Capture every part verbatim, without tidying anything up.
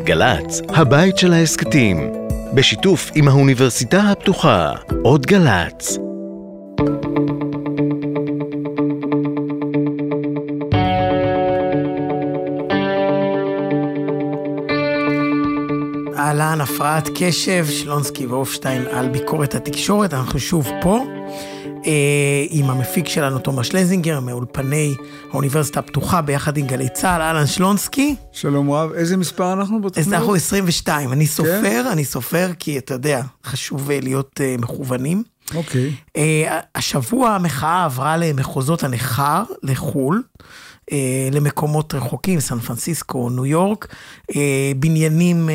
גל"צ, הבית של העסקתים, בשיתוף עם האוניברסיטה הפתוחה, עוד גל"צ. אהלן, הפרעת קשב, שלונסקי ואופשטיין על ביקורת התקשורת. אנחנו שוב פה אה, עם המפיק שלנו תומר שלזינגר מאולפני האוניברסיטה הפתוחה ביחד עם גלי צהל. אהלן שלונסקי. שלום רב, איזה מספר אנחנו בתוכנית? אנחנו עשרים ושתיים, אני סופר, כן? אני סופר כי אתה יודע, חשוב להיות אה, מכוונים. אוקיי. אה, השבוע המחאה עברה למחוזות הנחר, לחול, למקומות רחוקים, סן פרנסיסקו, ניו יורק, בניינים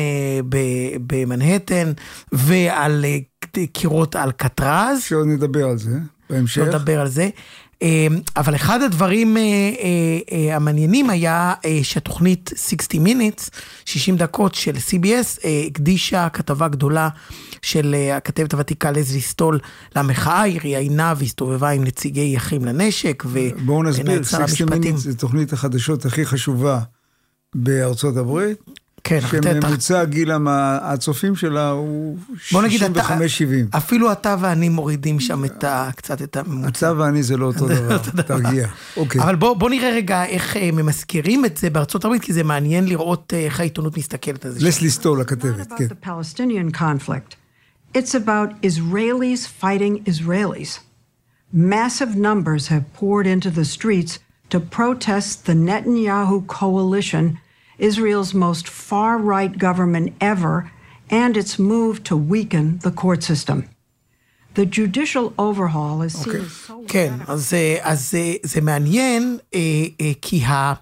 במנהטן, ועל קירות על קטרז. שעוד נדבר על זה, בהמשך. שעוד נדבר על זה. אבל אחד הדברים המעניינים היה שהתוכנית שישים minutes, שישים דקות של סי בי אס, הקדישה כתבה גדולה של הכתבת הוותיקה לזלי סטול למחאה, היא ראיינה והסתובבה עם נציגי אחים לנשק, בואו נסביר, שישים minutes זה תוכנית החדשות הכי חשובה בארצות הברית, כן, שממוצע גיל הצופים שלה הוא שישים וחמש שבעים. אפילו אתה ואני מורידים שם את ה, קצת את הממוצע. אתה ואני זה לא אותו דבר, תרגיע. אבל בוא, בוא נראה רגע איך ממזכירים את זה בארצות הברית, כי זה מעניין לראות איך העיתונות מסתכלת על זה. לסלי סטול, הכתבת, כן. The Palestinian conflict. It's about Israelis fighting Israelis. Massive numbers have poured into the streets to protest the Netanyahu coalition, Israel's most far-right government ever, and its move to weaken the court system. The judicial overhaul is seen as so... כן, אז, אז זה מעניין, כי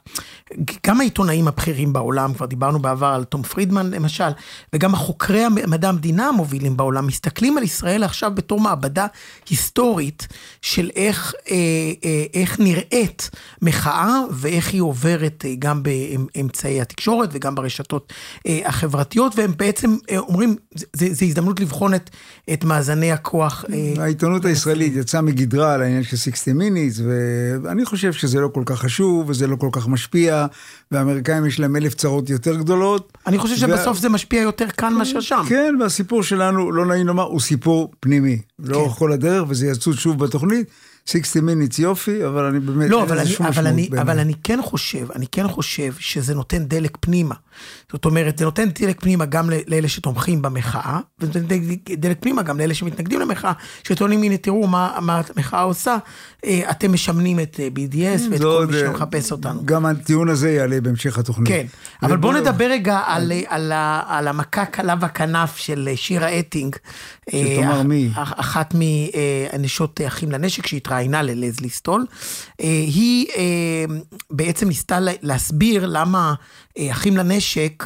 גם העיתונאים הבכירים בעולם, כבר דיברנו בעבר על תום פרידמן למשל, וגם החוקרי מדע המדינה המובילים בעולם, מסתכלים על ישראל עכשיו בתור מעבדה היסטורית, של איך, איך נראית מחאה, ואיך היא עוברת גם באמצעי התקשורת, וגם ברשתות החברתיות, והם בעצם אומרים, זה, זה הזדמנות לבחון את, את מאזני הכוח. העיתונות הישראלית יצאה מגדרה על העניין של שישים minutes, ואני חושב שזה לא כל כך חשוב, וזה לא כל כך משפיע, והאמריקאים יש להם אלף צרות יותר גדולות. אני חושב שבסוף זה משפיע יותר כאן מאשר שם. כן, והסיפור שלנו, לא נעים לומר, הוא סיפור פנימי. לאורך כל הדרך, וזה יצאו שוב בתוכנית, שישים minutes יופי, אבל אני באמת... לא, אבל אני, אבל אני, אבל אני כן חושב, אני כן חושב שזה נותן דלק פנימה. זאת אומרת, זה נותן דלק פנימה גם לאלה שתומכים במחאה, וזה נותן דלק פנימה גם לאלה שמתנגדים למחאה, שטוענים, הנה תראו מה, מה המחאה עושה, אתם משמנים את בי די אס ואת כל מי שמחפש אותנו. גם הטיעון הזה יעלה בהמשך התוכנית. כן, אבל בואו נדבר רגע על, על, על המכה קלה וכנף של שירה אטינג, שתאמר מי? אחת מהנשות אחים לנשק שהתראיינה ללזלי סטול, היא בעצם ניסתה להסביר למה אחים לנשק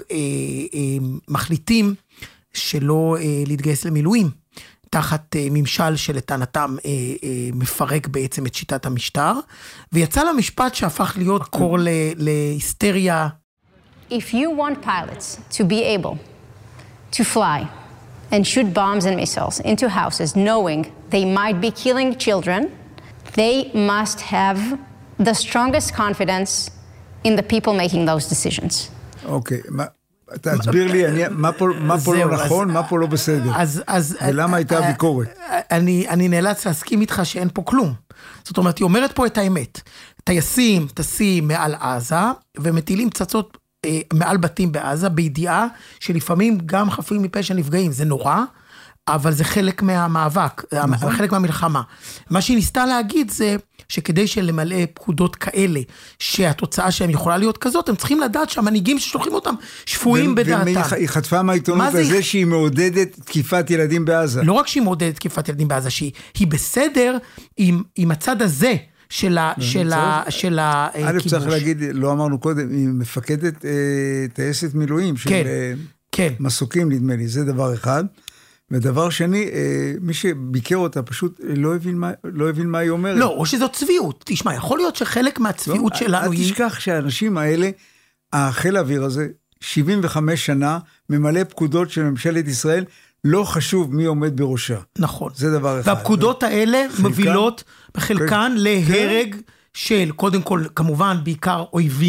מחליטים שלא להתגייס למילואים, תחת ממשל שלטענתם מפרק בעצם את שיטת המשטר, ויצא למשפט שהפך להיות קור להיסטריה. If you want pilots to be able to fly and shoot bombs and missiles into houses knowing they might be killing children, they must have the strongest confidence in the people making those decisions. אוקיי, תסביר לי, מה פה לא נכון, מה פה לא בסדר, ולמה הייתה ביקורת? אני נאלץ להסכים איתך שאין פה כלום. זאת אומרת, היא אומרת פה את האמת. טייסים טסים מעל עזה, ומטילים פצצות מעל בתים בעזה, בידיעה שלפעמים גם חפים מפשע נפגעים. זה נורא, אבל זה חלק מהמאבק, חלק מהמלחמה. מה שהיא ניסתה להגיד זה, שכדי שלמלא פקודות כאלה, שהתוצאה שהם יכולה להיות כזאת, הם צריכים לדעת שהמנהיגים ששולחים אותם שפויים בדעתם. היא חטפה מהעיתונות הזה שהיא מעודדת תקיפת ילדים בעזה. לא רק שהיא מעודדת תקיפת ילדים בעזה, שהיא בסדר עם הצד הזה, של הכיבוש. א', צריך להגיד, לא אמרנו קודם, היא מפקדת טייסת מילואים, של מסוקים נדמה לי, זה דבר אחד. ודבר שני, מי שביקר אותה פשוט לא הבין מה, לא הבין מה היא אומרת. לא, או שזו צביעות. תשמע, יכול להיות שחלק מהצביעות לא, שלנו היא... אל תשכח שהאנשים האלה, החיל האוויר הזה, שבעים וחמש שנה, ממלא פקודות של ממשלת ישראל, לא חשוב מי עומד בראשה. נכון. זה דבר אחד. והפקודות האלה מובילות בחלקן להרג של, קודם כל, כמובן, בעיקר אויבים,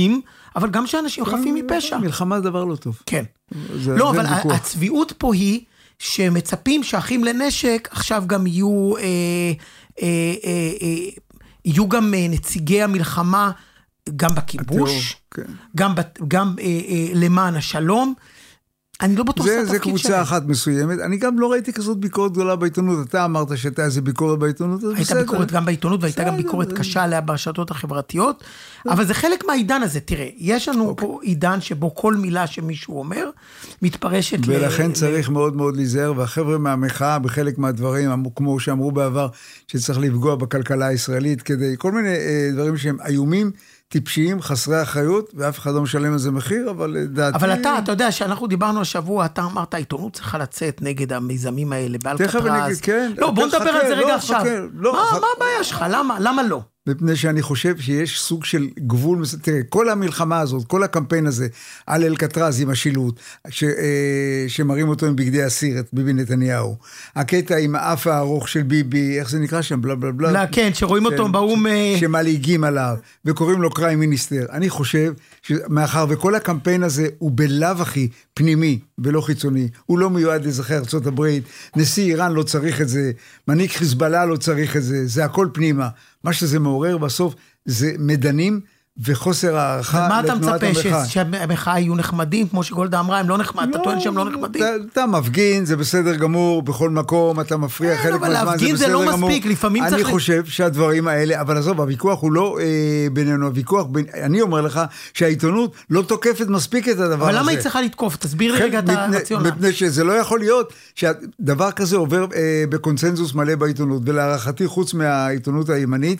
אבל גם שאנשים חפים מפשע. מלחמה דבר לא טוב. כן. לא, אבל הצביעות פה היא, שמצפים שאחים לנשק, עכשיו גם יהיו, אה, אה, אה, אה, יהיו גם נציגי המלחמה, גם בכיבוש, כן. גם, גם אה, אה, למען השלום. אני לא בטוח זה, זה קבוצה שלי. אחת מסוימת. אני גם לא ראיתי כזאת ביקורת גדולה בעיתונות. אתה אמרת שהייתה איזה ביקורת בעיתונות. הייתה בסדר. ביקורת גם בעיתונות, והייתה גם ביקורת קשה עליה ברשתות החברתיות. אבל זה חלק מהעידן הזה. תראה, יש לנו אוקיי. פה עידן שבו כל מילה שמישהו אומר, מתפרשת ולכן ל... ולכן צריך ל... מאוד מאוד להיזהר, והחבר'ה מהמחאה, בחלק מהדברים, כמו שאמרו בעבר, שצריך לפגוע בכלכלה הישראלית, כדי כל מיני אה, דברים שהם איומים, טיפשיים, חסרי אחריות, ואף אחד לא משלם על זה מחיר, אבל דעתי... אבל אתה, אתה יודע, שאנחנו דיברנו השבוע, אתה אמרת, העיתונות צריכה לצאת נגד המיזמים האלה, באלקטרז. כן. לא, בוא נדבר על זה רגע עכשיו. מה הבעיה שלך? למה לא? מפני שאני חושב שיש סוג של גבול, תראה, כל המלחמה הזאת, כל הקמפיין הזה, על אלקטרז עם השילוט, ש, אה, שמראים אותו עם בגדי הסיר, את ביבי נתניהו, הקטע עם האף הארוך של ביבי, איך זה נקרא שם, בלה בלה בלה. לא, כן, שרואים ש, אותו באום... ש, שמלהיגים עליו, וקוראים לו קריים מיניסטר. אני חושב, שמאחר וכל הקמפיין הזה, הוא בלאו הכי פנימי, ולא חיצוני, הוא לא מיועד לאזרחי ארצות הברית, נשיא איראן לא צריך את זה, מנהיג חיזבאללה לא צריך את זה, זה הכל פנימה. מה שזה מעורר בסוף זה מדנים וחוסר הערכה לתנועת המחאה. ומה אתה מצפה, שהמחאה יהיו נחמדים, כמו שגולדה אמרה, הם לא נחמד, אתה טוען שהם לא נחמדים? אתה מפגין, זה בסדר גמור, בכל מקום, אתה מפריע חלק מהזמן, זה בסדר גמור. אבל להפגין זה לא מספיק, לפעמים צריך... אני חושב שהדברים האלה, אבל עזוב, הוויכוח הוא לא בינינו, הוויכוח, אני אומר לך שהעיתונות לא תוקפת מספיק את הדבר הזה. אבל למה היא צריכה לתקוף? תסביר לי רגע את הרציונל. מפני שזה לא יכול להיות שהדבר כזה עובר בקונסנזוס מלא בעיתונות, ולהערכתי חוץ מהעיתונות הימנית,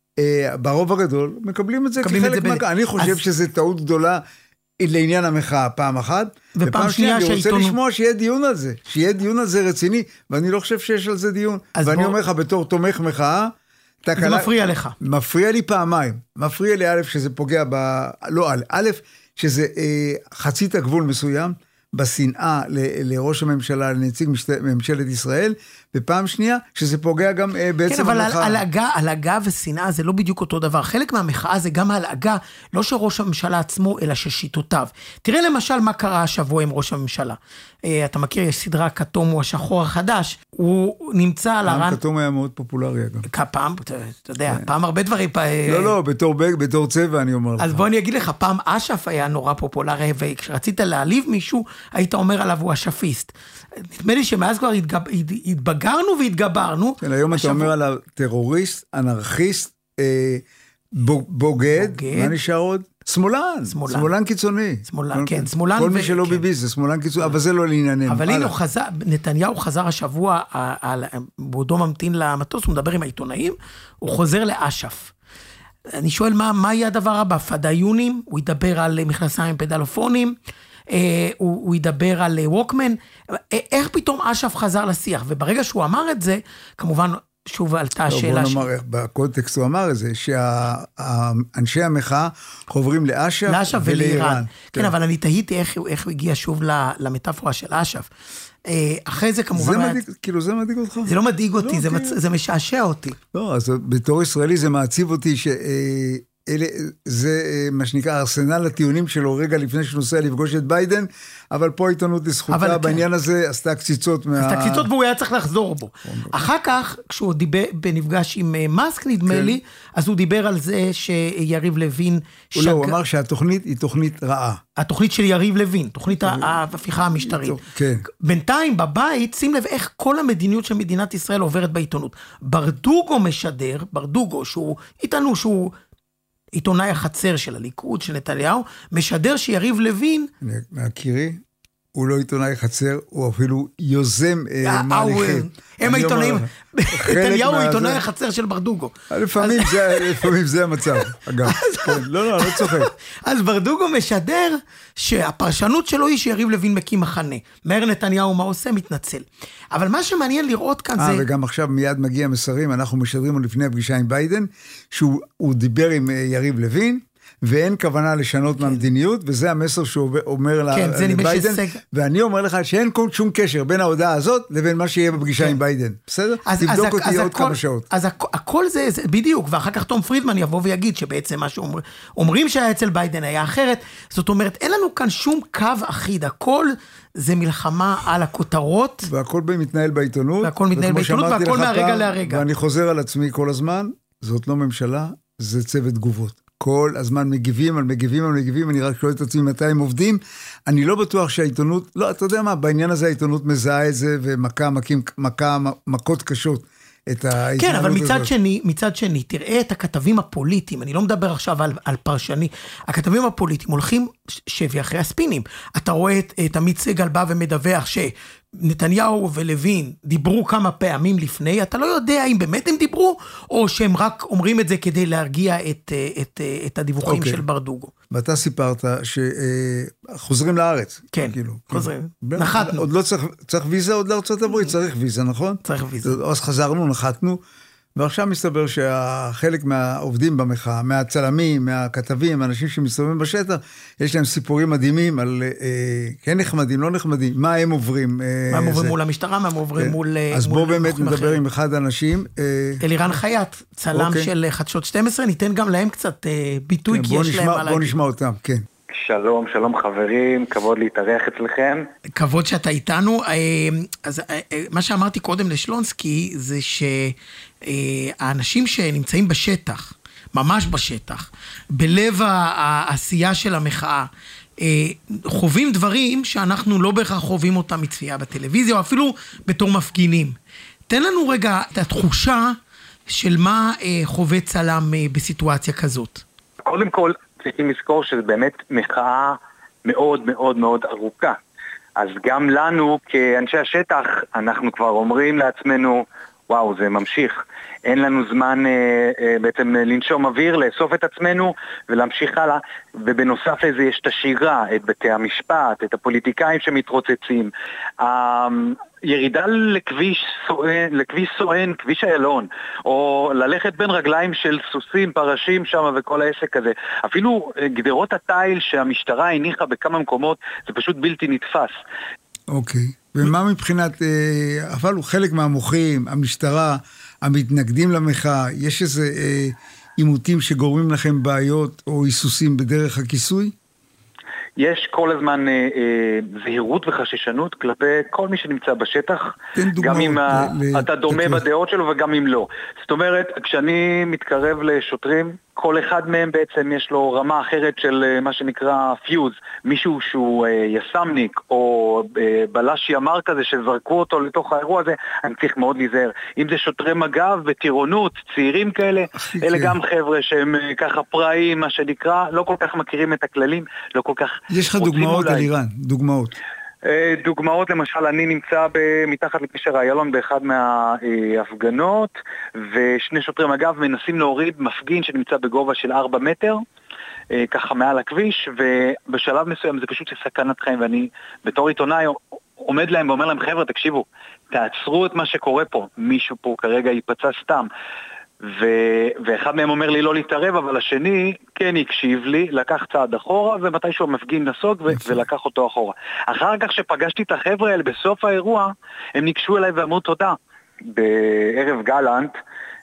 ברוב הגדול, מקבלים את זה כחלק מהקה. אני חושב שזה טעות גדולה לעניין המחאה, פעם אחת, ופעם שנייה אני רוצה לשמוע שיהיה דיון על זה, שיהיה דיון על זה רציני, ואני לא חושב שיש על זה דיון. ואני אומר לך, בתור תומך מחאה, זה מפריע לך. מפריע לי פעמיים. מפריע לי א', שזה פוגע ב... לא א', א', שזה חצית הגבול מסוים, בשנאה לראש הממשלה, לנציג ממשלת ישראל, ופעם שנייה, שזה פוגע גם בעצם כן, אבל הלעגה, הלעגה ושנאה זה לא בדיוק אותו דבר. חלק מהמחאה זה גם הלעגה, לא של ראש הממשלה עצמו, אלא של שיטותיו. תראה למשל מה קרה השבוע עם ראש הממשלה. אתה מכיר, יש סדרה כתום הוא השחור החדש, הוא נמצא על הרן... כתום היה מאוד פופולרי אגב. כפעם, אתה יודע, פעם הרבה דברים... לא, לא, בתור בג, בתור צבע אני אומר לך. אז בוא אני אגיד לך, פעם אשף היה נורא פופולרי, וכשרצית להעליב מישהו, היית אומר עליו הוא אשפיסט. נדמה לי שמאז כבר התבגרנו והתגברנו. כן, היום אתה אומר עליו טרוריסט, אנרכיסט, בוגד, מה נשאר עוד? שמאלן, שמאלן קיצוני. שמאלן, כן, שמאלן. כל מי שלא ביבי זה שמאלן קיצוני, אבל זה לא לענייננו. אבל הנה, נתניהו חזר השבוע, בעודו ממתין למטוס, הוא מדבר עם העיתונאים, הוא חוזר לאשף. אני שואל מה יהיה הדבר הבא? פדאיונים, הוא ידבר על מכנסיים פדלופונים, הוא ידבר על ווקמן, איך פתאום אשף חזר לשיח? וברגע שהוא אמר את זה, כמובן שוב עלתה השאלה... בוא נאמר, בקונטקסט הוא אמר את זה, שאנשי המחאה חוברים לאשף ולאיראן. כן, אבל אני תהיתי איך הוא הגיע שוב למטאפורה של אשף. אחרי זה כמובן... כאילו זה מדאיג אותך? זה לא מדאיג אותי, זה משעשע אותי. לא, אז בתור ישראלי זה מעציב אותי ש... אלה, זה מה שנקרא ארסנל הטיעונים שלו רגע לפני שנוסע לפגוש את ביידן, אבל פה העיתונות לזכותה בעניין כן. הזה עשתה קציצות מה... עשתה קציצות והוא היה צריך לחזור בו. אחר כך, כשהוא דיבר בנפגש עם מאסק נדמה כן. לי, אז הוא דיבר על זה שיריב לוין... הוא שג... לא, הוא אמר שהתוכנית היא תוכנית רעה. התוכנית של יריב לוין, תוכנית ההפיכה המשטרית. כן. בינתיים בבית, שים לב איך כל המדיניות של מדינת ישראל עוברת בעיתונות. ברדוגו משדר, ברדוגו, שהוא איתנו, שהוא... עיתונאי החצר של הליכוד, של נתניהו, משדר שיריב לוין... מהכירי, הוא לא עיתונאי חצר, הוא אפילו יוזם מהליכים. הם העיתונאים, נתניהו הוא עיתונאי החצר של ברדוגו. לפעמים זה המצב, אגב. לא, לא, לא צוחק. אז ברדוגו משדר שהפרשנות שלו היא שיריב לוין מקים מחנה. מהר נתניהו מה עושה? מתנצל. אבל מה שמעניין לראות כאן זה... וגם עכשיו מיד מגיע מסרים, אנחנו משדרים לפני הפגישה עם ביידן, שהוא דיבר עם יריב לוין, ואין כוונה לשנות מהמדיניות, וזה המסר שהוא אומר לביידן, ואני אומר לך שאין שום קשר בין ההודעה הזאת, לבין מה שיהיה בפגישה עם ביידן. בסדר? תבדוק אותי עוד כמה שעות. אז הכל זה בדיוק, ואחר כך תום פרידמן יבוא ויגיד שבעצם מה שאומרים שהיה אצל ביידן היה אחרת, זאת אומרת, אין לנו כאן שום קו אחיד, הכל זה מלחמה על הכותרות. והכל מתנהל בעיתונות. והכל מתנהל בעיתונות, והכל מהרגע להרגע. ואני חוזר על עצמי כל הזמן, זאת לא ממשלה, זה צוות תגובות. כל הזמן מגיבים על מגיבים על מגיבים, אני רק שואל את עצמי מתי הם עובדים. אני לא בטוח שהעיתונות, לא, אתה יודע מה, בעניין הזה העיתונות מזהה את זה, ומכה, מכים, מכה, מכות קשות. כן, אבל מצד שני, מצד שני, תראה את הכתבים הפוליטיים, אני לא מדבר עכשיו על, על פרשני, הכתבים הפוליטיים הולכים שבי אחרי הספינים. אתה רואה את, את עמית סגל בא ומדווח שנתניהו ולוין דיברו כמה פעמים לפני, אתה לא יודע אם באמת הם דיברו, או שהם רק אומרים את זה כדי להרגיע את, את, את הדיווחים okay. של ברדוגו. ואתה סיפרת שחוזרים לארץ. כן, כאילו, חוזרים. נחתנו. עוד לא צריך, צריך ויזה עוד לארצות הברית, צריך ויזה, נכון? צריך ויזה. אז חזרנו, נחתנו, ועכשיו מסתבר שהחלק מהעובדים במחאה, מהצלמים, מהכתבים, האנשים שמסתובבים בשטח, יש להם סיפורים מדהימים על כן נחמדים, לא נחמדים, מה הם עוברים. מה הם עוברים מול המשטרה, מה הם עוברים מול... אז בוא באמת נדבר עם אחד האנשים. אלירן חייט, צלם של חדשות שתים עשרה, ניתן גם להם קצת ביטוי, כי יש להם מה להגיד. בוא נשמע אותם, כן. שלום, שלום חברים, כבוד להתארח אצלכם. כבוד שאתה איתנו. אז מה שאמרתי קודם לשלונסקי, זה שהאנשים שנמצאים בשטח, ממש בשטח, בלב העשייה של המחאה, חווים דברים שאנחנו לא בהכרח חווים אותם מצפייה בטלוויזיה, או אפילו בתור מפגינים. תן לנו רגע את התחושה של מה חווה צלם בסיטואציה כזאת. קודם כל, צריכים לזכור שזה באמת מחאה מאוד מאוד מאוד ארוכה. אז גם לנו כאנשי השטח, אנחנו כבר אומרים לעצמנו, וואו, זה ממשיך. אין לנו זמן אה, אה, בעצם לנשום אוויר, לאסוף את עצמנו ולהמשיך הלאה. ובנוסף לזה יש את השירה, את בתי המשפט, את הפוליטיקאים שמתרוצצים. הירידה לכביש סואן, לכביש סואן, כביש איילון, או ללכת בין רגליים של סוסים, פרשים שם וכל העסק הזה. אפילו גדרות התיל שהמשטרה הניחה בכמה מקומות, זה פשוט בלתי נתפס. אוקיי. ומה מבחינת, אבל הוא חלק מהמוחים, המשטרה, המתנגדים למחאה, יש איזה עימותים שגורמים לכם בעיות או היסוסים בדרך הכיסוי? יש כל הזמן אה, אה, זהירות וחששנות כלפי כל מי שנמצא בשטח, גם אם ל- אתה דומה ל- בדעות שלו וגם אם לא. זאת אומרת, כשאני מתקרב לשוטרים, כל אחד מהם בעצם יש לו רמה אחרת של מה שנקרא פיוז, מישהו שהוא אה, יסמניק או אה, בלש ימר כזה שזרקו אותו לתוך האירוע הזה, אני צריך מאוד להיזהר. אם זה שוטרי מג"ב בטירונות, צעירים כאלה, אלה כן. גם חבר'ה שהם אה, ככה פראיים, מה שנקרא, לא כל כך מכירים את הכללים, לא כל כך... יש לך דוגמאות על איראן, דוגמאות. דוגמאות, למשל, אני נמצא מתחת לקשר איילון באחד מההפגנות, ושני שוטרי מג"ב מנסים להוריד מפגין שנמצא בגובה של ארבע מטר, ככה מעל הכביש, ובשלב מסוים זה פשוט סכנת חיים, ואני בתור עיתונאי עומד להם ואומר להם, חבר'ה, תקשיבו, תעצרו את מה שקורה פה, מישהו פה כרגע ייפצע סתם. ו- ואחד מהם אומר לי לא להתערב, אבל השני כן הקשיב לי, לקח צעד אחורה, ומתישהו המפגין נסוג ו- ולקח אותו אחורה. אחר כך שפגשתי את החבר'ה האלה בסוף האירוע, הם ניגשו אליי ואמרו תודה. בערב גלנט,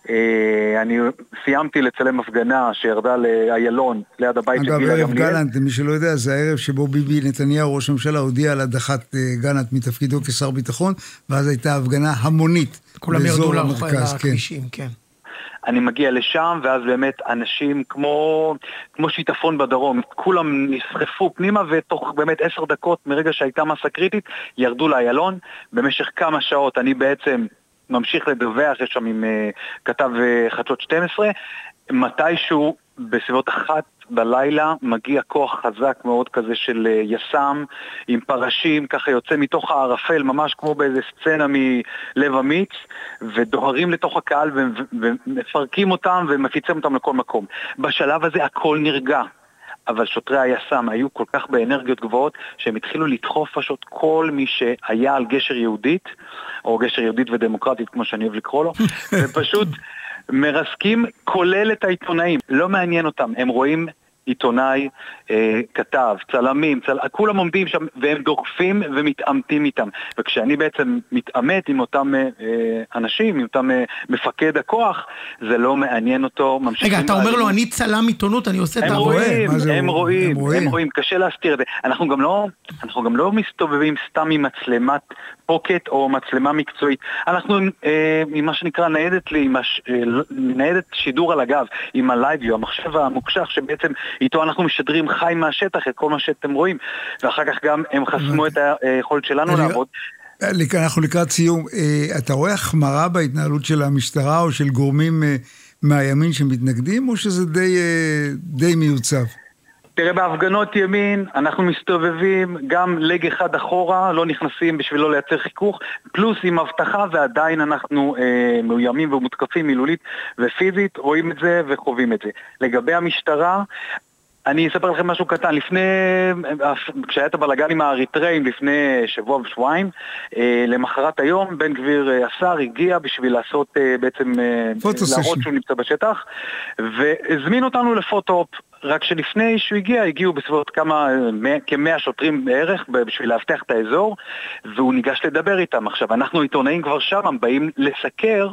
אה, אני סיימתי לצלם הפגנה שירדה לאיילון, ליד הבית של גילה גמליאל. אגב, ערב גלנט, מי שלא יודע, זה הערב שבו ביבי נתניהו, ראש הממשלה, הודיע על הדחת גלנט מתפקידו כשר ביטחון, ואז הייתה הפגנה המונית. כולם ירדו לכבישים, כן. אני מגיע לשם, ואז באמת אנשים כמו, כמו שיטפון בדרום, כולם נסחפו פנימה, ותוך באמת עשר דקות מרגע שהייתה מסה קריטית, ירדו לאיילון. במשך כמה שעות אני בעצם ממשיך לדווח, יש שם עם uh, כתב uh, חדשות שתים עשרה, מתישהו בסביבות אחת בלילה מגיע כוח חזק מאוד כזה של יסם עם פרשים, ככה יוצא מתוך הערפל, ממש כמו באיזה סצנה מלב אמיץ, ודוהרים לתוך הקהל ומפרקים אותם ומפיצים אותם לכל מקום. בשלב הזה הכל נרגע, אבל שוטרי היסם היו כל כך באנרגיות גבוהות שהם התחילו לדחוף פשוט כל מי שהיה על גשר יהודית, או גשר יהודית ודמוקרטית כמו שאני אוהב לקרוא לו, ופשוט מרסקים כולל את העיתונאים, לא מעניין אותם, הם רואים עיתונאי, אה, כתב, צלמים, צל... כולם עומדים שם והם דוחפים ומתעמתים איתם. וכשאני בעצם מתעמת עם אותם אה, אנשים, עם אותם אה, מפקד הכוח, זה לא מעניין אותו. רגע, אתה אומר לו, אני צלם עיתונות, אני עושה את העבודה. הם רואים, הם רואים, הם רואים, קשה להסתיר את זה. אנחנו גם לא, אנחנו גם לא מסתובבים סתם עם מצלמת פוקט או מצלמה מקצועית. אנחנו אה, עם מה שנקרא ניידת, לי, מש, אה, ניידת שידור על הגב, עם הלייביו, המחשב המוקשח, שבעצם איתו אנחנו משדרים חי מהשטח את כל מה שאתם רואים, ואחר כך גם הם חסמו את היכולת שלנו לעבוד. אנחנו לקראת סיום, אתה רואה החמרה בהתנהלות של המשטרה או של גורמים מהימין שמתנגדים, או שזה די, די מיוצב? תראה, בהפגנות ימין אנחנו מסתובבים גם לג אחד אחורה, לא נכנסים בשביל לא לייצר חיכוך, פלוס עם הבטחה, ועדיין אנחנו אה, מאוימים ומותקפים מילולית ופיזית, רואים את זה וחווים את זה. לגבי המשטרה, אני אספר לכם משהו קטן. לפני, כשהיה את הבלגן עם האריתראים לפני שבוע ושבועיים, אה, למחרת היום בן גביר אה, השר הגיע בשביל לעשות אה, בעצם אה, להראות שהוא נמצא בשטח, והזמין אותנו לפוטו-אופ. רק שלפני שהוא הגיע, הגיעו בסביבות כמה, כמאה שוטרים בערך, בשביל להבטח את האזור, והוא ניגש לדבר איתם. עכשיו, אנחנו עיתונאים כבר שם, הם באים לסקר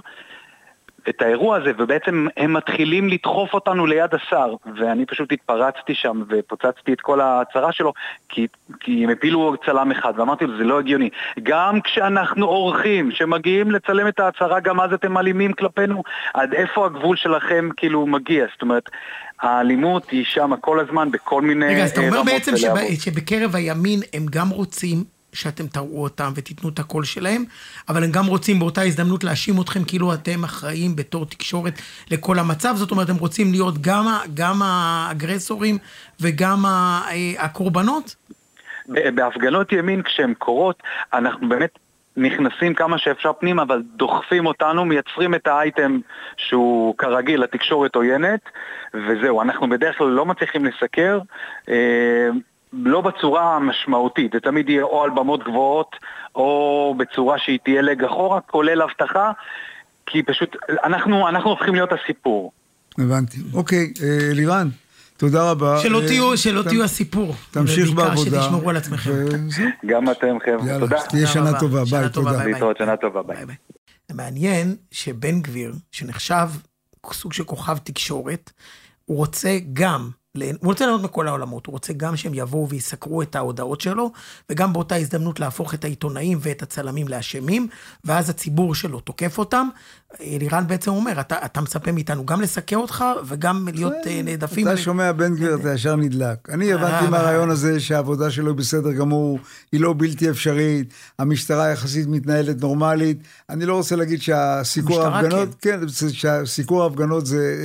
את האירוע הזה, ובעצם הם מתחילים לדחוף אותנו ליד השר, ואני פשוט התפרצתי שם, ופוצצתי את כל ההצהרה שלו, כי, כי הם הפילו צלם אחד, ואמרתי לו, זה לא הגיוני. גם כשאנחנו עורכים, שמגיעים לצלם את ההצהרה, גם אז אתם אלימים כלפינו, עד איפה הגבול שלכם כאילו מגיע? זאת אומרת, האלימות היא שם כל הזמן, בכל מיני... רגע, אז אתה אומר בעצם שבא, שבקרב הימין הם גם רוצים שאתם תראו אותם ותיתנו את הקול שלהם, אבל הם גם רוצים באותה הזדמנות להאשים אתכם כאילו אתם אחראים בתור תקשורת לכל המצב. זאת אומרת, הם רוצים להיות גם, גם האגרסורים וגם הקורבנות? בהפגנות ימין כשהם קורות, אנחנו באמת נכנסים כמה שאפשר פנים, אבל דוחפים אותנו, מייצרים את האייטם שהוא כרגיל, התקשורת עוינת, וזהו, אנחנו בדרך כלל לא מצליחים לסקר, אה, לא בצורה משמעותית, זה תמיד יהיה או על במות גבוהות, או בצורה שהיא תהיה לג אחורה, כולל הבטחה, כי פשוט, אנחנו, אנחנו הופכים להיות הסיפור. הבנתי. אוקיי, אה, לירן, תודה רבה. שלא תהיו, שלא תהיו הסיפור. תמשיך בעבודה. שתשמרו על עצמכם. גם אתם, חבר'ה. תודה. תהיה שנה טובה, ביי, תודה. להתראות, שנה טובה, ביי. זה מעניין שבן גביר, שנחשב סוג של כוכב תקשורת, הוא רוצה גם, הוא רוצה לענות מכל העולמות, הוא רוצה גם שהם יבואו ויסקרו את ההודעות שלו, וגם באותה הזדמנות להפוך את העיתונאים ואת הצלמים לאשמים, ואז הציבור שלו תוקף אותם. לירן בעצם אומר, אתה, אתה מצפה מאיתנו גם לסקר אותך, וגם להיות נעדפים. אתה שומע בן גביר, אתה ישר נדלק. אני הבנתי מהרעיון הזה שהעבודה שלו היא בסדר גמור, היא לא בלתי אפשרית, המשטרה יחסית מתנהלת נורמלית. אני לא רוצה להגיד שהסיקור ההפגנות, כן, שהסיקור ההפגנות זה...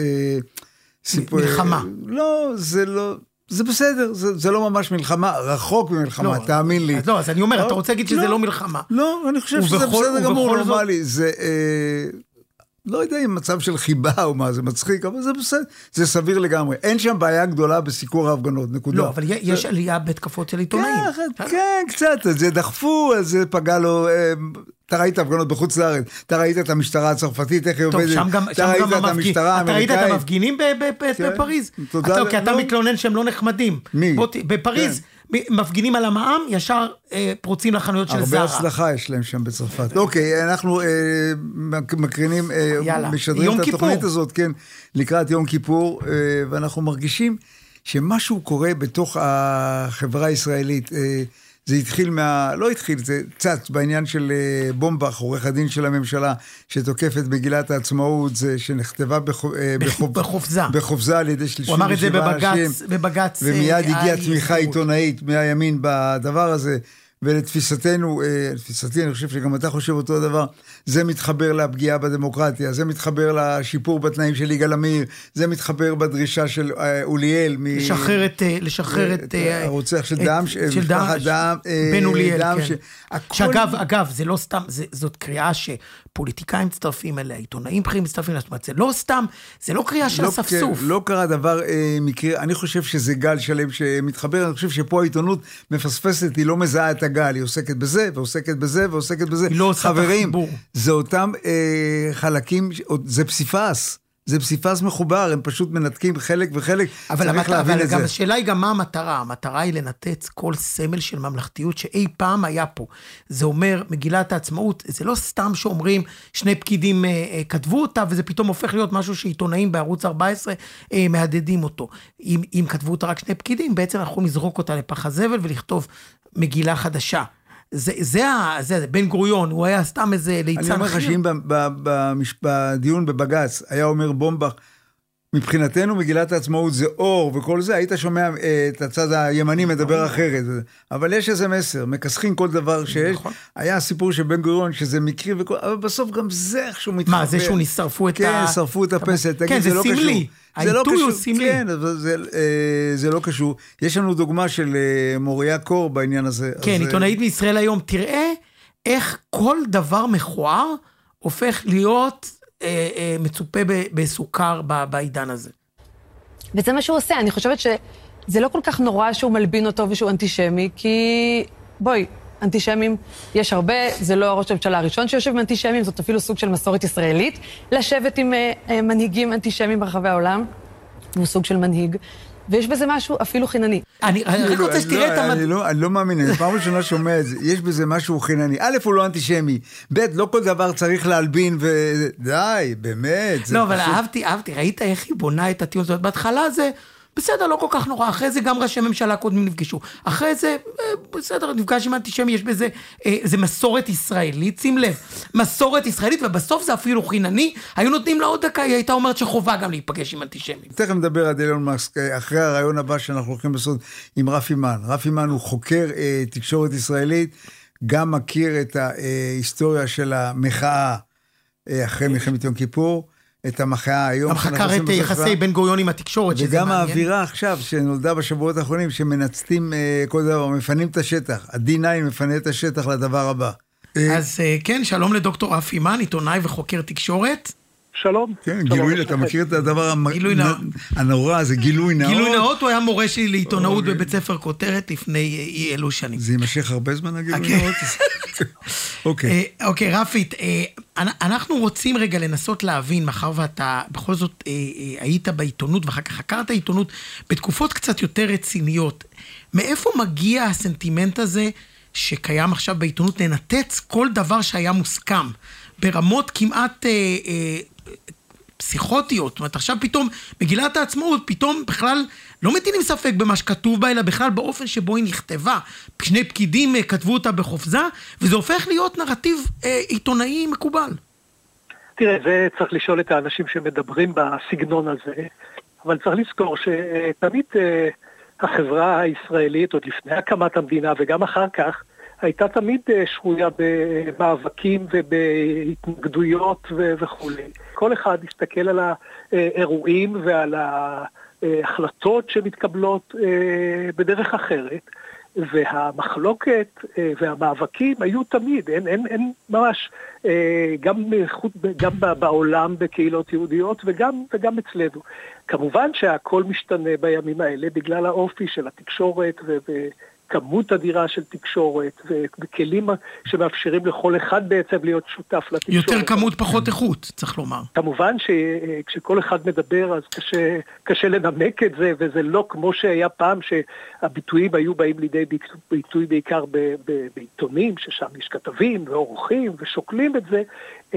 מלחמה. לא, זה לא, זה בסדר, זה, זה לא ממש מלחמה, רחוק ממלחמה, לא, תאמין לי. אז לא, אז אני אומר, לא, אתה רוצה להגיד שזה לא, לא מלחמה. לא, אני חושב שזה בסדר גמור, נורמלי. זה, אה, לא יודע אם מצב של חיבה או מה, זה מצחיק, אבל זה בסדר, זה סביר לגמרי. אין שם בעיה גדולה בסיקור ההפגנות, נקודה. לא, אבל יש עלייה בתקפות של עיתונאים. כן, כן, קצת, זה דחפו, אז זה פגע לו... אתה ראית הפגנות בחוץ לארץ, אתה ראית את המשטרה הצרפתית, איך היא עובדת, אתה ראית את המשטרה האמריקאית. אתה ראית את המפגינים בפריז? כי אתה מתלונן שהם לא נחמדים. מי? בפריז מפגינים על המע"מ, ישר פרוצים לחנויות של זרה. הרבה הצלחה יש להם שם בצרפת. אוקיי, אנחנו מקרינים, משדרים את התוכנית הזאת, כן, לקראת יום כיפור, ואנחנו מרגישים שמשהו קורה בתוך החברה הישראלית, זה התחיל מה... לא התחיל, זה צץ בעניין של בומבך, עורך הדין של הממשלה, שתוקף את מגילת העצמאות, זה שנכתבה בחופ... בחופזה. בחופזה על ידי שלושים ושבעה אנשים. הוא אמר את זה בבגץ, בבגץ. ומיד הגיעה תמיכה עיתונאית מהימין בדבר הזה, ולתפיסתנו, לתפיסתי, אני חושב שגם אתה חושב אותו דבר, זה מתחבר לפגיעה בדמוקרטיה, זה מתחבר לשיפור בתנאים של יגאל עמיר, זה מתחבר בדרישה של אוליאל, לשחרר את, לשחרר את, הרוצח של דם, של דם, בן אוליאל, כן. שאגב, אגב, זה לא סתם, זאת קריאה שפוליטיקאים מצטרפים אליה, עיתונאים בכירים מצטרפים אליה, זאת אומרת, זה לא סתם, זה לא קריאה של הספסוף. לא קרה דבר מקרה, אני חושב שזה גל שלם שמתחבר, אני חושב שפה העיתונות מפספסת, היא לא מזהה את הגל, היא עוסקת בזה, ועוסקת בזה, ועוסקת בזה. לא חברים, זה אותם אה, חלקים, זה פסיפס, זה פסיפס מחובר, הם פשוט מנתקים חלק וחלק, אבל, המת... אבל גם השאלה היא גם מה המטרה, המטרה היא לנתץ כל סמל של ממלכתיות שאי פעם היה פה. זה אומר, מגילת העצמאות, זה לא סתם שאומרים, שני פקידים אה, אה, כתבו אותה, וזה פתאום הופך להיות משהו שעיתונאים בערוץ ארבע עשרה אה, מהדדים אותו. אם, אם כתבו אותה רק שני פקידים, בעצם אנחנו נזרוק אותה לפח הזבל ולכתוב מגילה חדשה. זה, זה, זה, זה, בן גוריון, הוא היה סתם איזה ליצן חיר. אני אומר לך שאם בדיון בבג"ץ היה אומר בומבך, מבחינתנו מגילת העצמאות זה אור וכל זה, היית שומע את הצד הימני מדבר אחרת. אבל יש איזה מסר, מקסחים כל דבר שיש. היה הסיפור של בן גוריון שזה מקרי וכל, אבל בסוף גם זה איכשהו מתחבר. מה, זה שהוא נשרפו את ה... כן, שרפו את הפסל. כן, זה סמלי. העיתוי הוא סמלי. כן, זה לא קשור. יש לנו דוגמה של מוריה קור בעניין הזה. כן, עיתונאית מישראל היום, תראה איך כל דבר מכוער הופך להיות מצופה בסוכר בעידן הזה. וזה מה שהוא עושה. אני חושבת שזה לא כל כך נורא שהוא מלבין אותו ושהוא אנטישמי, כי בואי, אנטישמים יש הרבה, זה לא הראש הממשלה הראשון שיושב עם אנטישמים, זאת אפילו סוג של מסורת ישראלית, לשבת עם מנהיגים אנטישמים ברחבי העולם, הוא סוג של מנהיג, ויש בזה משהו אפילו חינני. אני רק רוצה שתראה את המד... אני לא מאמין, אני פעם ראשונה שומע את זה, יש בזה משהו חינני. א', הוא לא אנטישמי, ב', לא כל דבר צריך להלבין, ודי, באמת. לא, אבל אהבתי, אהבתי, ראית איך היא בונה את הטיעון הזאת, בהתחלה זה... בסדר, לא כל כך נורא, אחרי זה גם ראשי ממשלה קודמים נפגשו, אחרי זה, בסדר, נפגש עם אנטישמי, יש בזה, זה מסורת ישראלית, שים לב, מסורת ישראלית, ובסוף זה אפילו חינני, היו נותנים לה עוד דקה, היא הייתה אומרת שחובה גם להיפגש עם אנטישמים. תכף נדבר על אילון מאסק, אחרי הרעיון הבא שאנחנו הולכים בסוד עם רפי מן. רפי מן הוא חוקר אה, תקשורת ישראלית, גם מכיר את ההיסטוריה של המחאה אה, אחרי מלחמת יום כיפור, את המחאה היום. גם חקר את יחסי בן גוריון עם התקשורת, שזה וגם מעניין. האווירה עכשיו, שנולדה בשבועות האחרונים, שמנצלים אה, כל דבר, מפנים את השטח. ה-די ניין מפנה את השטח לדבר הבא. אז אה, כן, שלום לדוקטור רפי מן, עיתונאי וחוקר תקשורת. שלום. כן, גילוי, אתה מכיר את הדבר הנורא, זה גילוי נאות. גילוי נאות, הוא היה מורה שלי לעיתונאות בבית ספר כותרת לפני אי אלו שנים. זה יימשך הרבה זמן, הגילוי נאות? אוקיי. אוקיי, רפית, אנחנו רוצים רגע לנסות להבין, מאחר ואתה בכל זאת היית בעיתונות, ואחר כך חקרת עיתונות בתקופות קצת יותר רציניות, מאיפה מגיע הסנטימנט הזה שקיים עכשיו בעיתונות, לנתץ כל דבר שהיה מוסכם, ברמות כמעט אה, אה, פסיכוטיות? זאת אומרת, עכשיו פתאום מגילת העצמאות, פתאום בכלל לא מטילים ספק במה שכתוב בה, אלא בכלל באופן שבו היא נכתבה. שני פקידים אה, כתבו אותה בחופזה, וזה הופך להיות נרטיב אה, עיתונאי מקובל. תראה, זה צריך לשאול את האנשים שמדברים בסגנון הזה, אבל צריך לזכור שתמיד אה, החברה הישראלית, עוד לפני הקמת המדינה וגם אחר כך, הייתה תמיד שרויה במאבקים ובהתנגדויות וכו'. כל אחד הסתכל על האירועים ועל ההחלטות שמתקבלות בדרך אחרת, והמחלוקת והמאבקים היו תמיד, אין, אין, אין ממש, גם, גם בעולם בקהילות יהודיות וגם, וגם אצלנו. כמובן שהכל משתנה בימים האלה בגלל האופי של התקשורת ו... כמות אדירה של תקשורת, וכלים שמאפשרים לכל אחד בעצם להיות שותף לתקשורת. יותר כמות פחות איכות, צריך לומר. כמובן שכשכל אחד מדבר, אז קשה, קשה לנמק את זה, וזה לא כמו שהיה פעם שהביטויים היו באים לידי ביטוי בעיקר ב, ב, בעיתונים, ששם יש כתבים ועורכים ושוקלים את זה.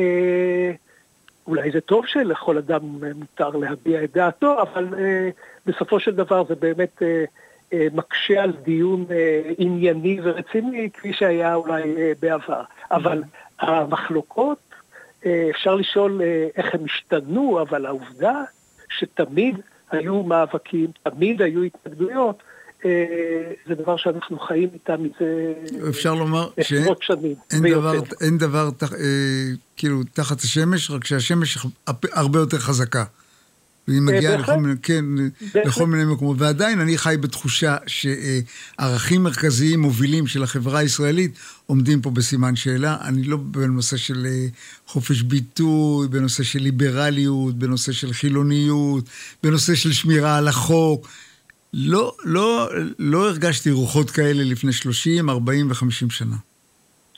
אולי זה טוב שלכל אדם מותר להביע את דעתו, אבל בסופו של דבר זה באמת... מקשה על דיון ענייני ורציני, כפי שהיה אולי בעבר. אבל המחלוקות, אפשר לשאול איך הם השתנו, אבל העובדה שתמיד היו מאבקים, תמיד היו התנגדויות, זה דבר שאנחנו חיים איתם מזה אפשר לומר עשרות שנים. אין דבר כאילו תחת השמש, רק שהשמש הרבה יותר חזקה. והיא מגיעה לכל מיני, כן, לכל מיני מקומות. ועדיין אני חי בתחושה שערכים מרכזיים מובילים של החברה הישראלית עומדים פה בסימן שאלה. אני לא בנושא של חופש ביטוי, בנושא של ליברליות, בנושא של חילוניות, בנושא של שמירה על החוק. לא, לא, לא הרגשתי רוחות כאלה לפני שלושים, ארבעים וחמישים שנה.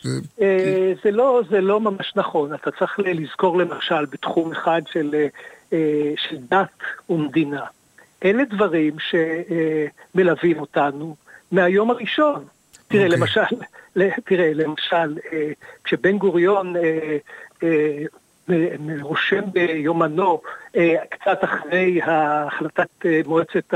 זה לא, זה לא ממש נכון. אתה צריך לזכור למשל בתחום אחד של של דת ומדינה. אלה דברים שמלווים אותנו מהיום הראשון. תראה, למשל, תראה, למשל, כשבן גוריון רושם ביומנו, קצת אחרי החלטת מועצת,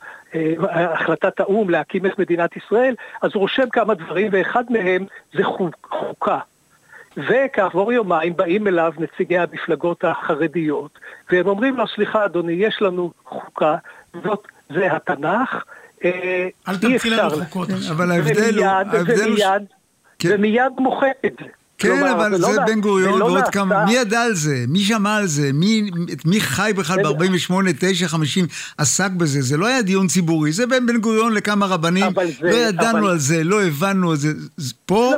החלטת האום להקים את מדינת ישראל, אז הוא רושם כמה דברים, ואחד מהם זה חוקה. וכעבור יומיים באים אליו נציגי המפלגות החרדיות, והם אומרים לו, סליחה אדוני, יש לנו חוקה, זאת, זה התנ"ך, אל תמציא לנו חוקות עכשיו. אבל ההבדל הוא... ומיד, ומיד מוחק את זה. כן, אבל זה בן גוריון ועוד כמה, מי ידע על זה? מי שמע על זה? מי חי בכלל ב-ארבעים ושמונה, תשע, חמישים עסק בזה? זה לא היה דיון ציבורי, זה בין בן גוריון לכמה רבנים, לא ידענו על זה, לא הבנו על זה. פה...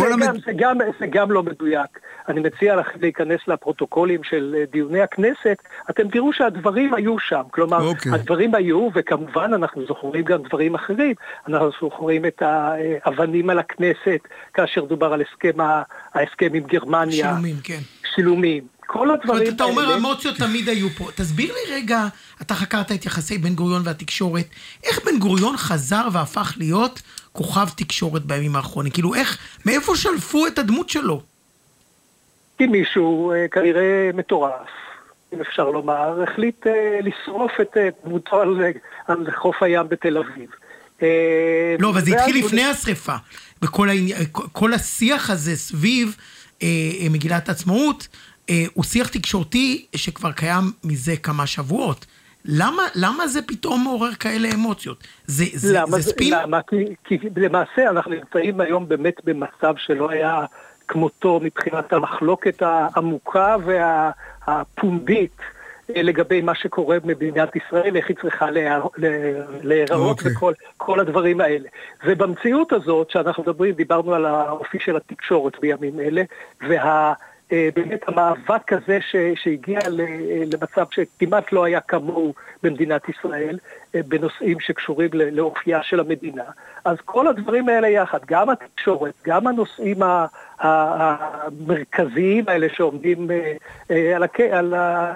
זה גם לא מדויק. אני מציע לכם להיכנס לפרוטוקולים של דיוני הכנסת, אתם תראו שהדברים היו שם, כלומר, הדברים היו, וכמובן אנחנו זוכרים גם דברים אחרים, אנחנו זוכרים את האבנים על הכנסת, כאשר דובר על הסכם ההסכם עם גרמניה. שילומים, כן. שילומים. כל הדברים... אתה אומר, אמוציות תמיד היו פה. תסביר לי רגע, אתה חקרת את יחסי בן גוריון והתקשורת, איך בן גוריון חזר והפך להיות כוכב תקשורת בימים האחרונים? כאילו, איך, מאיפה שלפו את הדמות שלו? כי מישהו, כנראה מטורף, אם אפשר לומר, החליט לשרוף את דמותו על, על חוף הים בתל אביב. לא, אבל זה התחיל לפני השריפה. וכל העני... כל השיח הזה סביב אה, מגילת העצמאות, אה, הוא שיח תקשורתי שכבר קיים מזה כמה שבועות. למה, למה זה פתאום מעורר כאלה אמוציות? זה, זה, למה, זה ספין? למה? כי, כי למעשה אנחנו נמצאים היום באמת במצב שלא היה כמותו מבחינת המחלוקת העמוקה והפומבית לגבי מה שקורה במדינת ישראל, איך היא צריכה להיראות וכל כל הדברים האלה. ובמציאות הזאת שאנחנו מדברים, דיברנו על האופי של התקשורת בימים אלה, וה... באמת המאבק הזה ש, שהגיע למצב שכמעט לא היה כמוהו במדינת ישראל, בנושאים שקשורים לאופייה של המדינה. אז כל הדברים האלה יחד, גם התקשורת, גם הנושאים המרכזיים האלה שעומדים על, על,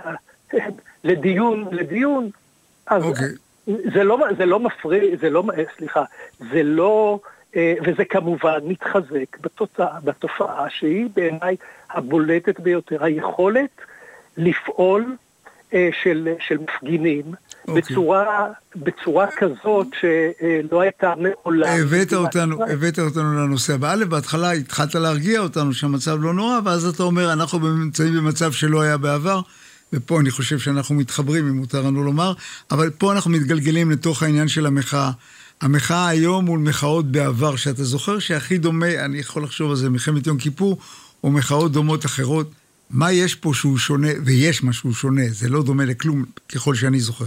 לדיון, לדיון, אז okay. זה לא, זה לא מפריע, זה לא, סליחה, זה לא, וזה כמובן מתחזק בתוצאה, בתופעה שהיא בעיניי הבולטת ביותר, היכולת לפעול של, של מפגינים okay. בצורה, בצורה כזאת שלא הייתה מעולם. הבאת אותנו, הבאת אותנו לנושא הבא. א', בהתחלה התחלת להרגיע אותנו שהמצב לא נורא, ואז אתה אומר, אנחנו נמצאים במצב שלא היה בעבר, ופה אני חושב שאנחנו מתחברים, אם מותר לנו לומר, אבל פה אנחנו מתגלגלים לתוך העניין של המחאה. המחאה היום מול מחאות בעבר, שאתה זוכר שהכי דומה, אני יכול לחשוב על זה, מלחמת יום כיפור, או מחאות דומות אחרות, מה יש פה שהוא שונה, ויש משהו שונה, זה לא דומה לכלום, ככל שאני זוכר.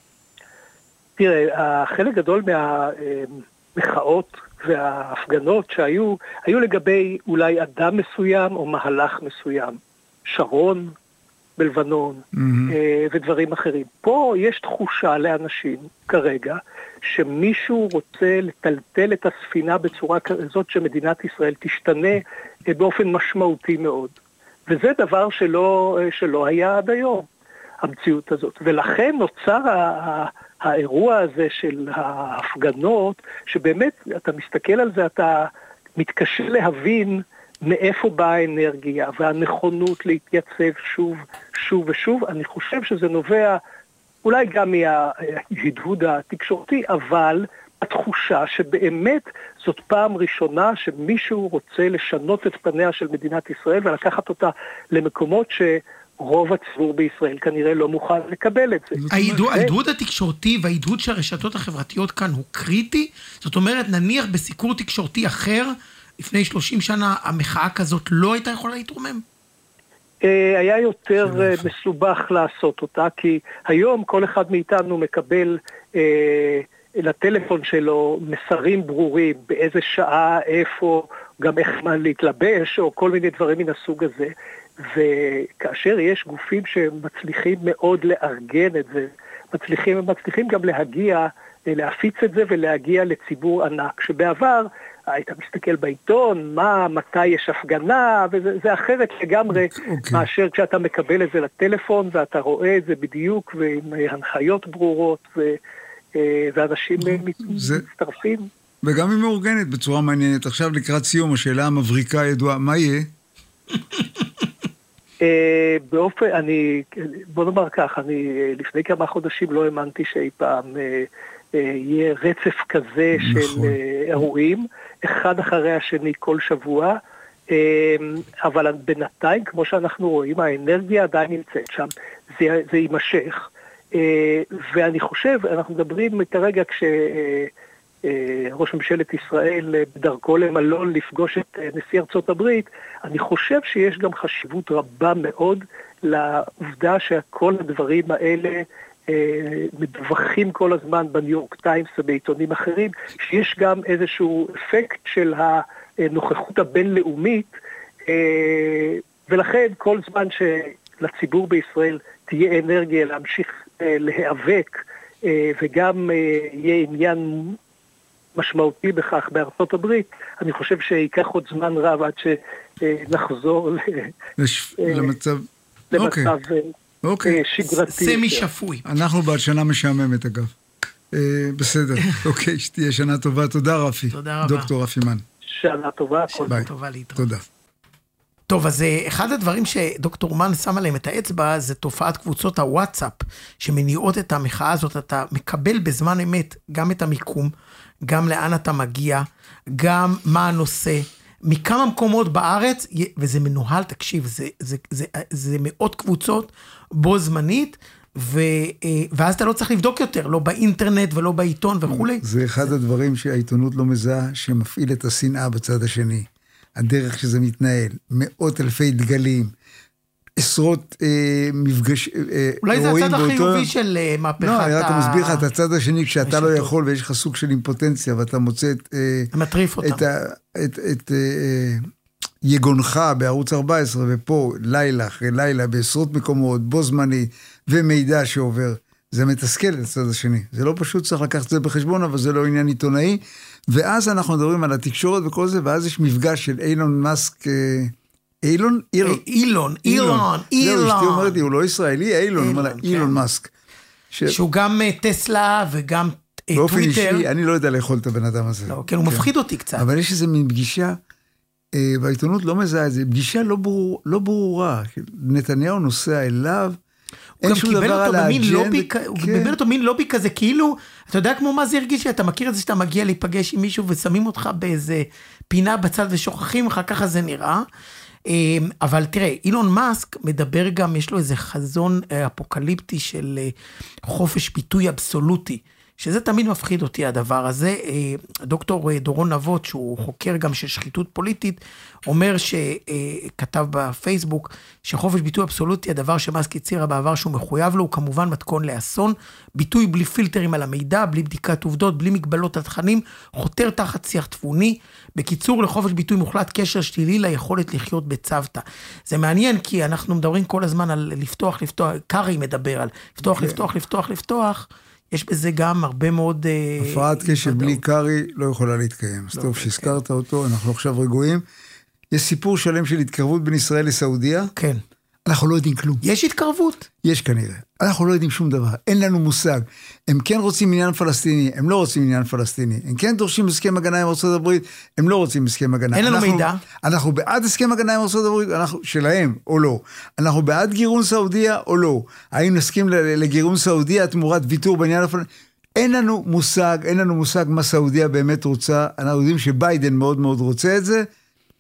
תראה, החלק גדול מהמחאות וההפגנות שהיו, היו לגבי אולי אדם מסוים או מהלך מסוים. שרון בלבנון mm-hmm. ודברים אחרים. פה יש תחושה לאנשים כרגע, שמישהו רוצה לטלטל את הספינה בצורה כזאת שמדינת ישראל תשתנה באופן משמעותי מאוד. וזה דבר שלא, שלא היה עד היום, המציאות הזאת. ולכן נוצר האירוע הזה של ההפגנות, שבאמת אתה מסתכל על זה, אתה מתקשה להבין מאיפה באה האנרגיה והנכונות להתייצב שוב, שוב ושוב. אני חושב שזה נובע אולי גם מההדהוד התקשורתי, אבל התחושה שבאמת זאת פעם ראשונה שמישהו רוצה לשנות את פניה של מדינת ישראל ולקחת אותה למקומות שרוב הציבור בישראל כנראה לא מוכן לקבל את זה. ההדהוד התקשורתי וההדהוד של הרשתות החברתיות כאן הוא קריטי? זאת אומרת, נניח בסיקור תקשורתי אחר, לפני שלושים שנה המחאה כזאת לא הייתה יכולה להתרומם? היה יותר מסובך לעשות אותה, כי היום כל אחד מאיתנו מקבל אה, לטלפון שלו מסרים ברורים, באיזה שעה, איפה, גם איך מה להתלבש, או כל מיני דברים מן הסוג הזה, וכאשר יש גופים שמצליחים מאוד לארגן את זה, מצליחים, מצליחים גם להגיע, להפיץ את זה ולהגיע לציבור ענק, שבעבר היית מסתכל בעיתון, מה, מתי יש הפגנה, וזה אחרת לגמרי, okay. מאשר כשאתה מקבל את זה לטלפון, ואתה רואה את זה בדיוק, ועם הנחיות ברורות, ו, ואנשים זה... מצטרפים. וגם היא מאורגנת בצורה מעניינת. עכשיו לקראת סיום, השאלה המבריקה הידועה, מה יהיה? באופן, אני, בוא נאמר כך, אני לפני כמה חודשים לא האמנתי שאי פעם יהיה רצף כזה של אירועים, אחד אחרי השני כל שבוע, אבל בינתיים, כמו שאנחנו רואים, האנרגיה עדיין נמצאת שם, זה, זה יימשך, ואני חושב, אנחנו מדברים כרגע כש... ראש ממשלת ישראל בדרכו למלון לפגוש את נשיא ארצות הברית, אני חושב שיש גם חשיבות רבה מאוד לעובדה שכל הדברים האלה מדווחים כל הזמן בניו יורק טיימס ובעיתונים אחרים, שיש גם איזשהו אפקט של הנוכחות הבינלאומית, ולכן כל זמן שלציבור בישראל תהיה אנרגיה להמשיך להיאבק, וגם יהיה עניין משמעותי בכך בארצות הברית, אני חושב שייקח עוד זמן רב עד שנחזור למצב שגרתי. סמי שפוי. אנחנו בעד שנה משעממת אגב. בסדר, אוקיי, שתהיה שנה טובה. תודה רפי. תודה רבה. דוקטור רפי מן. שנה טובה. שנה טובה להתראות. תודה. טוב, אז אחד הדברים שדוקטור מן שם עליהם את האצבע, זה תופעת קבוצות הוואטסאפ, שמניעות את המחאה הזאת. אתה מקבל בזמן אמת גם את המיקום, גם לאן אתה מגיע, גם מה הנושא, מכמה מקומות בארץ, וזה מנוהל, תקשיב, זה, זה, זה, זה מאות קבוצות בו זמנית, ו, ואז אתה לא צריך לבדוק יותר, לא באינטרנט ולא בעיתון וכו'. זה אחד זה... הדברים שהעיתונות לא מזהה, שמפעיל את השנאה בצד השני. הדרך שזה מתנהל, מאות אלפי דגלים, עשרות אה, מפגש... אה, אולי זה הצד החיובי באותו... של אה, מהפכת... לא, אני רק ה... מסביר לך את הצד השני, כשאתה לא יכול ויש לך סוג של אימפוטנציה, ואתה מוצא את... אה, מטריף אותם. את, ה... את, את אה, יגונך בערוץ ארבע עשרה, ופה לילה אחרי לילה, בעשרות מקומות, בו זמני, ומידע שעובר. זה מתסכל את הצד השני. זה לא פשוט, צריך לקחת את זה בחשבון, אבל זה לא עניין עיתונאי. ואז אנחנו מדברים על התקשורת וכל זה, ואז יש מפגש של אילון מאסק... אה, אילון? אילון, אילון, אילון. זהו, אשתי אומרת לי, הוא לא ישראלי, אילון, אילון מאסק. שהוא גם טסלה וגם טוויטר. באופן אישי, אני לא יודע לאכול את הבן אדם הזה. כן, הוא מפחיד אותי קצת. אבל יש איזו מין פגישה, והעיתונות לא מזהה את זה, פגישה לא ברורה. נתניהו נוסע אליו, הוא גם קיבל אותו במין לובי, הוא קיבל אותו במין לובי כזה, כאילו, אתה יודע כמו מה זה הרגיש, אתה מכיר את זה שאתה מגיע להיפגש עם מישהו, ושמים אותך באיזה פינה בצד ושוכחים, אחר ככה זה נראה. אבל תראה, אילון מאסק מדבר גם, יש לו איזה חזון אפוקליפטי של חופש ביטוי אבסולוטי, שזה תמיד מפחיד אותי הדבר הזה. דוקטור דורון נבות, שהוא חוקר גם של שחיתות פוליטית, אומר שכתב בפייסבוק, שחופש ביטוי אבסולוטי, הדבר שמאסק הצירה בעבר שהוא מחויב לו, הוא כמובן מתכון לאסון, ביטוי בלי פילטרים על המידע, בלי בדיקת עובדות, בלי מגבלות התכנים, חותר תחת שיח תבוני. בקיצור, לחופש ביטוי מוחלט קשר שלילי ליכולת לחיות בצוותא. זה מעניין, כי אנחנו מדברים כל הזמן על לפתוח, לפתוח, קארי מדבר על לפתוח, לפתוח, לפתוח, לפתוח, יש בזה גם הרבה מאוד... הפרעת קשב בלי קארי לא יכולה להתקיים. אז טוב שהזכרת אותו, אנחנו עכשיו רגועים. יש סיפור שלם של התקרבות בין ישראל לסעודיה. כן. אנחנו לא יודעים כלום. יש התקרבות? יש כנראה. אנחנו לא יודעים שום דבר. אין לנו מושג. הם כן רוצים עניין פלסטיני, הם לא רוצים עניין פלסטיני. הם כן דורשים הסכם הגנה עם ארצות הברית, הם לא רוצים הסכם הגנה. אין לנו אנחנו, מידע. אנחנו בעד הסכם הגנה עם ארצות הברית, אנחנו, שלהם או לא. אנחנו בעד גירון סעודיה או לא. האם נסכים לגירון סעודיה תמורת ויתור בעניין הפלסטיני? אין לנו מושג, אין לנו מושג מה סעודיה באמת רוצה. אנחנו יודעים שביידן מאוד מאוד רוצה את זה.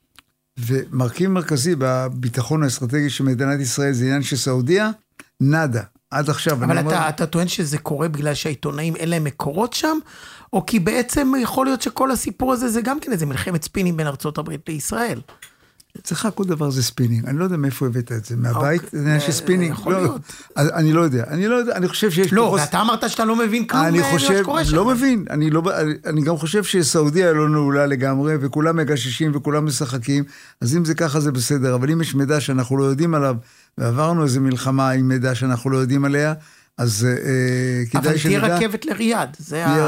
ומרכיב מרכזי בביטחון האסטרטגי של מדינת ישראל זה עניין של סעודיה, נדה, עד עכשיו. אבל אתה, אומר... אתה טוען שזה קורה בגלל שהעיתונאים אין להם מקורות שם, או כי בעצם יכול להיות שכל הסיפור הזה זה גם כן איזה מלחמת ספינים בין ארצות הברית לישראל? צריך כל דבר זה ספינינג, אני לא יודע מאיפה הבאת את זה, מהבית, זה עניין של ספינינג, יכול להיות. אני לא יודע, אני לא יודע, אני חושב שיש... לא, ואתה אמרת שאתה לא מבין כלום מה שקורה שם. לא מבין, אני גם חושב שסעודיה לא נעולה לגמרי, וכולם מגששים וכולם משחקים, אז אם זה ככה זה בסדר, אבל אם יש מידע שאנחנו לא יודעים עליו, ועברנו איזו מלחמה עם מידע שאנחנו לא יודעים עליה, אז כדאי שנדע... אבל תהיה רכבת לריאד, זה ה...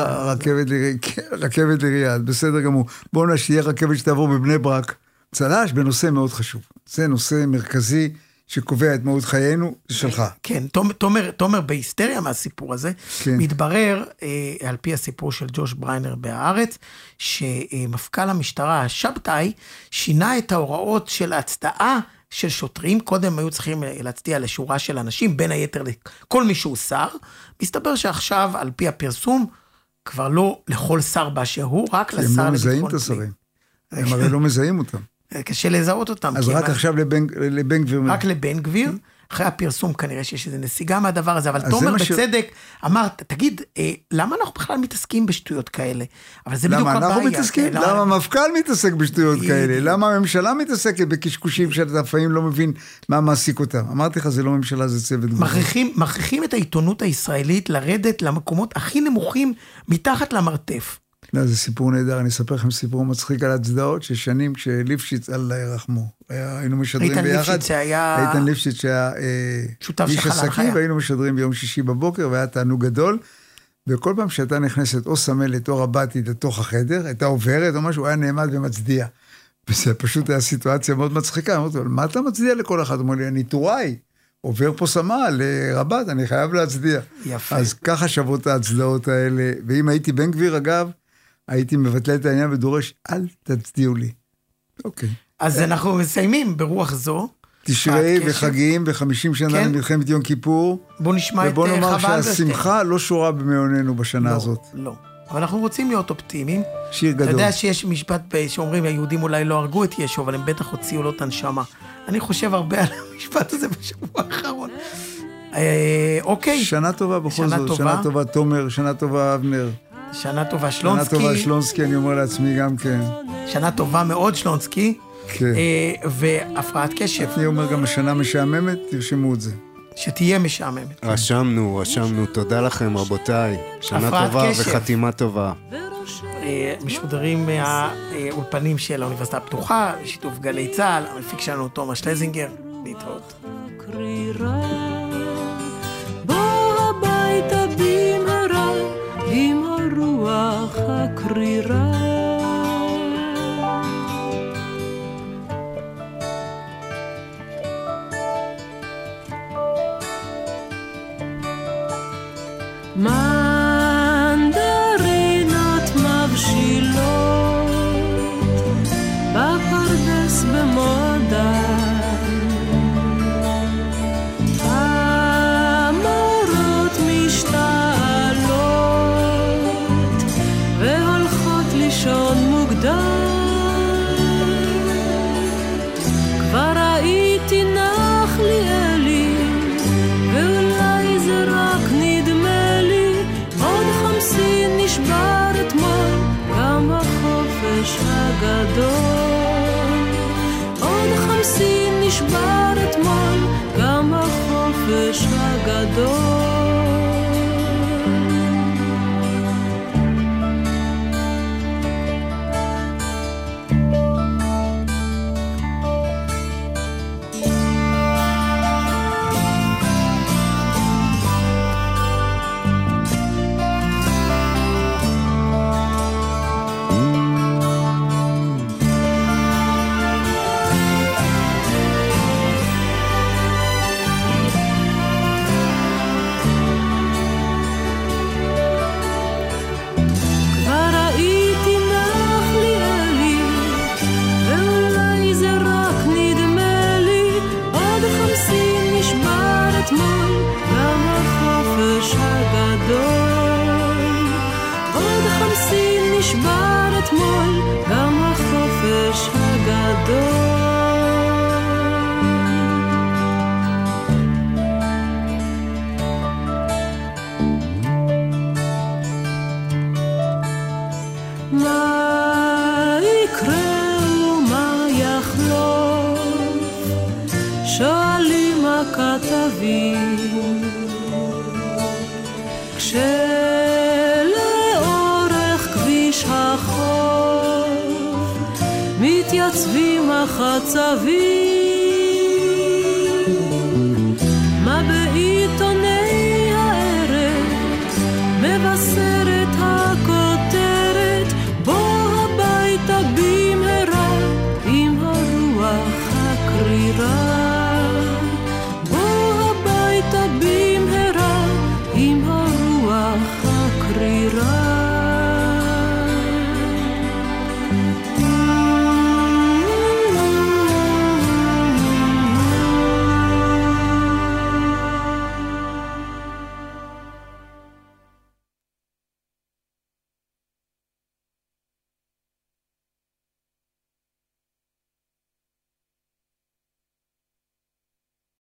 רכבת לריאד, בסדר גמור. בואו נשתהיה רכבת שתעבור בבני ברק. צל"ש בנושא מאוד חשוב. זה נושא מרכזי שקובע את מהות חיינו, זה שלך. כן, תומר, תומר בהיסטריה מהסיפור הזה, כן. מתברר, אה, על פי הסיפור של ג'וש בריינר בהארץ, שמפכ"ל המשטרה, השבתאי, שינה את ההוראות של ההצדעה של שוטרים, קודם היו צריכים להצדיע לשורה של אנשים, בין היתר לכל מי שהוא שר, מסתבר שעכשיו, על פי הפרסום, כבר לא לכל שר באשר הוא, רק לשר לביטחון פנים. הם לא מזהים את השרים, הם הרי לא מזהים אותם. קשה לזהות אותם. אז רק עכשיו לבן גביר. רק לבן גביר, אחרי הפרסום כנראה שיש איזו נסיגה מהדבר הזה, אבל תומר בצדק אמר, תגיד, למה אנחנו בכלל מתעסקים בשטויות כאלה? אבל זה בדיוק הבעיה. למה אנחנו מתעסקים? למה המפכ"ל מתעסק בשטויות כאלה? למה הממשלה מתעסקת בקשקושים שאתה לפעמים לא מבין מה מעסיק אותם? אמרתי לך, זה לא ממשלה, זה צוות גבוה. מכריחים את העיתונות הישראלית לרדת למקומות הכי נמוכים מתחת למרתף. לא, זה סיפור נהדר, אני אספר לכם סיפור מצחיק על הצדעות, ששנים כשליפשיץ על רחמו, היינו משדרים ביחד. איתן ליפשיץ שהיה... איתן ליפשיץ שהיה שותף של חלל חיה. והיינו משדרים ביום שישי בבוקר, והיה תענוג גדול, וכל פעם שהייתה נכנסת או סמלת או רבתית לתוך החדר, הייתה עוברת או משהו, היה נעמד ומצדיע. וזה פשוט היה סיטואציה מאוד מצחיקה, אמרתי, אבל מה אתה מצדיע לכל אחד? הוא אומר לי, אני טוראי, עובר פה סמל לרבת, אני חייב להצדיע. יפה. אז ככה שוות ההצדעות האלה, ואם הייתי בן גביר, אגב, הייתי מבטלה את העניין ודורש, אל תצדיעו לי. אוקיי. אז אנחנו מסיימים ברוח זו. תשרי וחגים וחמישים שנה למלחמת יום כיפור. בוא נשמע את חבל ובוא נאמר שהשמחה לא שורה במעוננו בשנה הזאת. לא, אבל אנחנו רוצים להיות אופטימיים. שיר גדול. אתה יודע שיש משפט שאומרים, היהודים אולי לא הרגו את ישו, אבל הם בטח הוציאו לו את הנשמה. אני חושב הרבה על המשפט הזה בשבוע האחרון. אוקיי. שנה טובה בכל זאת. שנה טובה תומר, שנה טובה אבנר. שנה טובה שלונסקי. שנה טובה שלונסקי, אני אומר לעצמי גם כן. שנה טובה מאוד שלונסקי. כן. והפרעת קשב. אני אומר גם השנה משעממת, תרשמו את זה. שתהיה משעממת. רשמנו, רשמנו. תודה לכם רבותיי. שנה טובה וחתימה טובה. משודרים מהאולפנים של האוניברסיטה הפתוחה, שיתוף גלי צהל, המפיק שלנו תומר שלזינגר. להתראות. עם הרוח הקרירה מנדרינות מבשילות בפרדס במודה המורות משתעלות והולכות לישון מוקדם כבר ראיתי נחלי אלי ואולי זה רק נדמה לי עוד חמסין נשבר אתמול גם החופש הגדול עוד חמסין נשבר אתמול גם החופש הגדול מתייצבים החצבים